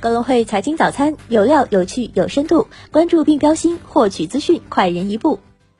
高隆汇财经早餐，有料、有趣、有深度，关注并标新，获取资讯快人一步。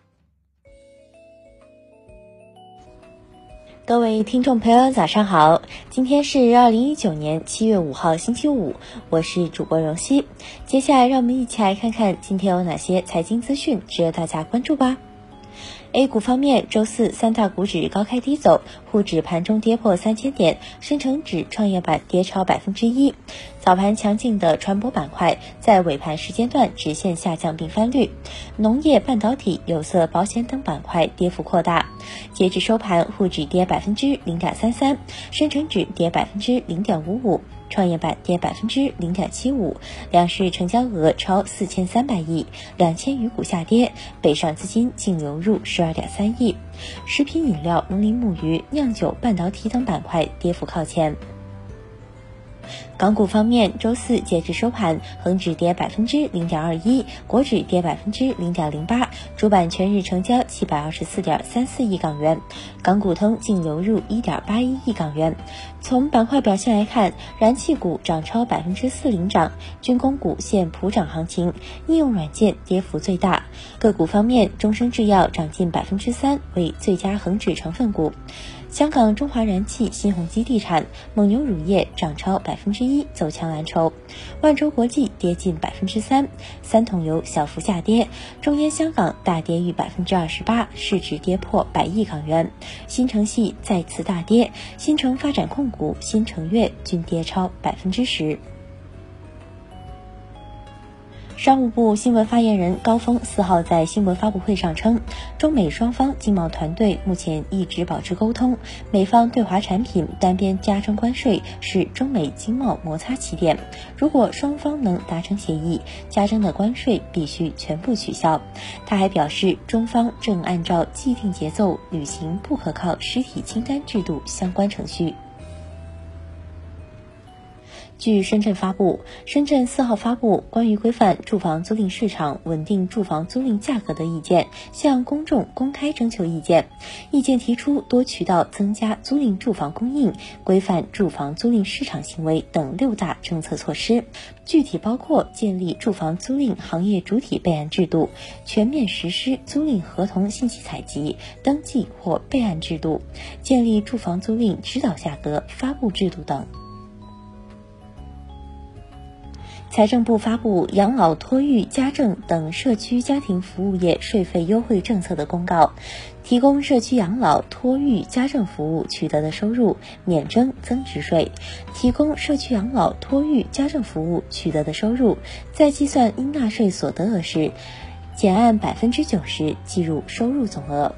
各位听众朋友早上好，今天是2019年7月5号星期五，我是主播荣熙。接下来让我们一起来看看今天有哪些财经资讯值得大家关注吧。A 股方面，周四三大股指高开低走，沪指盘中跌破3000点，深成指、创业板跌超1%。早盘强劲的船舶板块在尾盘时间段直线下降并翻绿，农业、半导体、有色、保险等板块跌幅扩大。截至收盘，沪指跌0.33%，深成指跌0.55%。创业板跌0.75%，两市成交额超4300亿，2000余股下跌，北上资金净流入12.3亿。食品饮料、农林牧渔、酿酒、半导体等板块跌幅靠前。港股方面，周四截至收盘，恒指跌0.21%，国指跌0.08%，主板全日成交724.34亿港元，港股通净流入1.81亿港元。从板块表现来看，燃气股涨超4%领涨，军工股现普涨行情，应用软件跌幅最大。个股方面，中生制药涨近3%，为最佳恒指成分股。香港中华燃气、新鸿基地产、蒙牛乳业涨超1%，走强蓝筹。万洲国际跌近3%，三桶油小幅下跌，中烟香港大跌逾28%，市值跌破100亿港元。新城系再次大跌，新城发展控股、新城悦均跌超10%。商务部新闻发言人高峰4号在新闻发布会上称，中美双方经贸团队目前一直保持沟通，美方对华产品单边加征关税是中美经贸摩擦起点，如果双方能达成协议，加征的关税必须全部取消。他还表示，中方正按照既定节奏履行不可靠实体清单制度相关程序。据深圳发布，深圳4号发布关于规范住房租赁市场、稳定住房租赁价格的意见，向公众公开征求意见。意见提出多渠道增加租赁住房供应、规范住房租赁市场行为等6大政策措施，具体包括建立住房租赁行业主体备案制度，全面实施租赁合同信息采集、登记或备案制度，建立住房租赁指导价格发布制度等。财政部发布养老托育家政等社区家庭服务业税费优惠政策的公告，提供社区养老托育家政服务取得的收入免征增值税，提供社区养老托育家政服务取得的收入在计算应纳税所得额时，减按90%计入收入总额。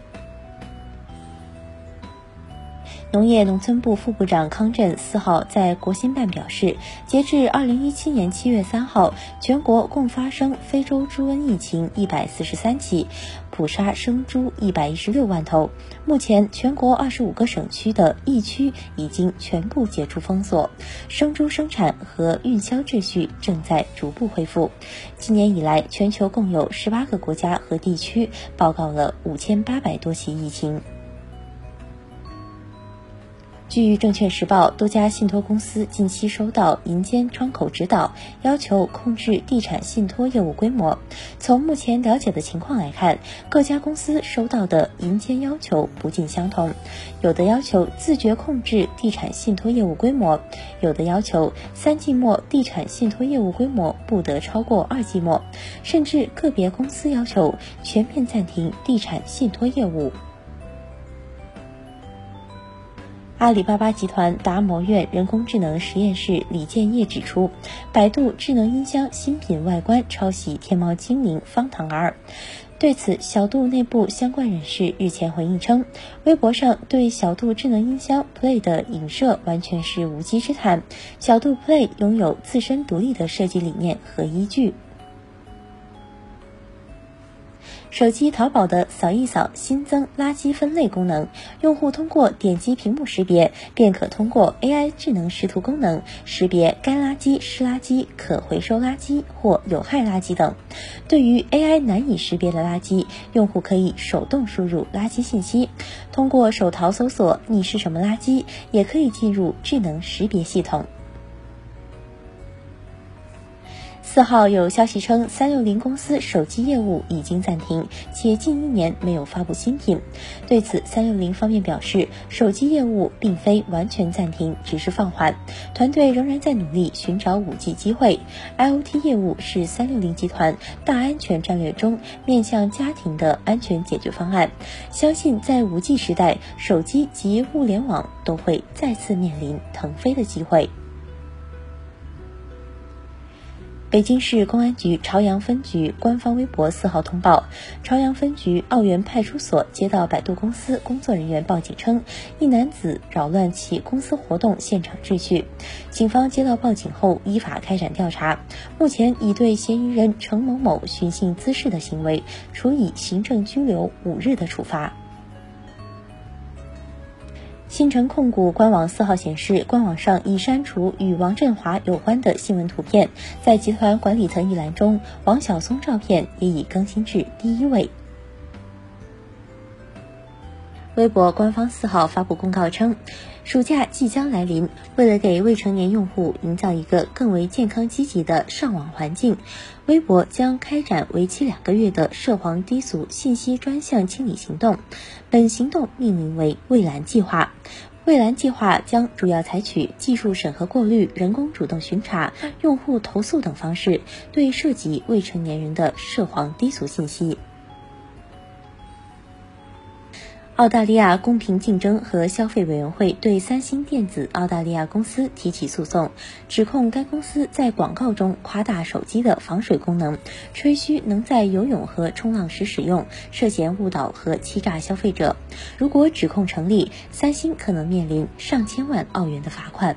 农业农村部副部长康震4号在国新办表示，截至2017年7月3号，全国共发生非洲猪瘟疫情143起，捕杀生猪116万头。目前全国25个省区的疫区已经全部解除封锁，生猪生产和运销秩序正在逐步恢复。今年以来，全球共有18个国家和地区报告了5800多起疫情。据证券时报，多家信托公司近期收到银监窗口指导，要求控制地产信托业务规模。从目前了解的情况来看，各家公司收到的银监要求不尽相同，有的要求自觉控制地产信托业务规模，有的要求3季末地产信托业务规模不得超过2季末，甚至个别公司要求全面暂停地产信托业务。阿里巴巴集团达摩院人工智能实验室李建业指出，百度智能音箱新品外观抄袭天猫精灵方糖 R。对此，小度内部相关人士日前回应称，微博上对小度智能音箱 Play 的影射完全是无稽之谈，小度 Play 拥有自身独立的设计理念和依据。手机淘宝的扫一扫新增垃圾分类功能，用户通过点击屏幕识别，便可通过 AI 智能识图功能识别干垃圾、湿垃圾、可回收垃圾或有害垃圾等。对于 AI 难以识别的垃圾，用户可以手动输入垃圾信息，通过手淘搜索你是什么垃圾，也可以进入智能识别系统。 4号有消息称，360公司手机业务已经暂停，且近1年没有发布新品。对此，360方面表示，手机业务并非完全暂停，只是放缓，团队仍然在努力寻找 5G 机会。IoT 业务是360集团大安全战略中面向家庭的安全解决方案。相信在 5G 时代，手机及物联网都会再次面临腾飞的机会。北京市公安局朝阳分局官方微博4号通报，朝阳分局奥园派出所接到百度公司工作人员报警称，一男子扰乱其公司活动现场秩序。警方接到报警后依法开展调查，目前已对嫌疑人程某某寻衅滋事的行为处以行政拘留5日的处罚。新城控股官网4号显示，官网上已删除与王振华有关的新闻图片，在集团管理层一栏中，王晓松照片也已更新至第1位。微博官方4号发布公告称，暑假即将来临，为了给未成年用户营造一个更为健康积极的上网环境，微博将开展为期2个月的涉黄低俗信息专项清理行动。本行动命名为蔚蓝计划。蔚蓝计划将主要采取技术审核过滤、人工主动巡查、用户投诉等方式，对涉及未成年人的涉黄低俗信息。澳大利亚公平竞争和消费委员会对三星电子澳大利亚公司提起诉讼，指控该公司在广告中夸大手机的防水功能，吹嘘能在游泳和冲浪时使用，涉嫌误导和欺诈消费者。如果指控成立，三星可能面临上千万澳元的罚款。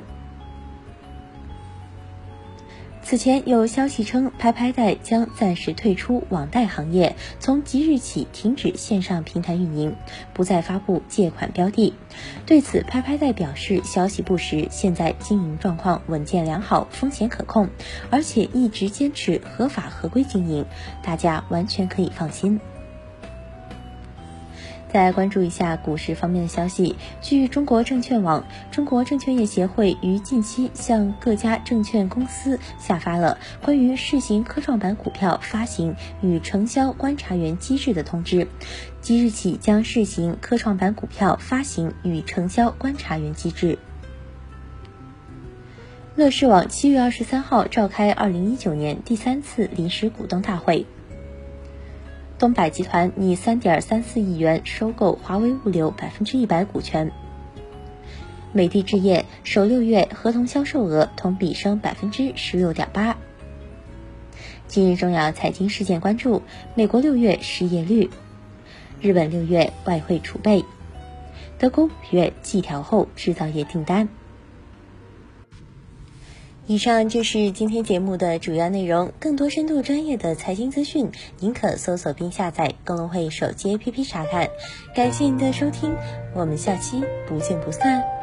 此前有消息称，拍拍贷将暂时退出网贷行业，从即日起停止线上平台运营，不再发布借款标的。对此，拍拍贷表示消息不实，现在经营状况稳健良好，风险可控，而且一直坚持合法合规经营，大家完全可以放心。再来关注一下股市方面的消息。据中国证券网，中国证券业协会于近期向各家证券公司下发了关于试行科创板股票发行与承销观察员机制的通知，即日起将试行科创板股票发行与承销观察员机制。乐视网7月23号召开2019年第3次临时股东大会。东百集团拟3.34亿元收购华为物流100%股权。美的置业首6月合同销售额同比升16.8%。今日重要财经事件关注：美国6月失业率，日本6月外汇储备，德国5月季调后制造业订单。以上就是今天节目的主要内容，更多深度专业的财经资讯，您可搜索并下载高隆汇手机 APP 查看。感谢您的收听，我们下期不见不散。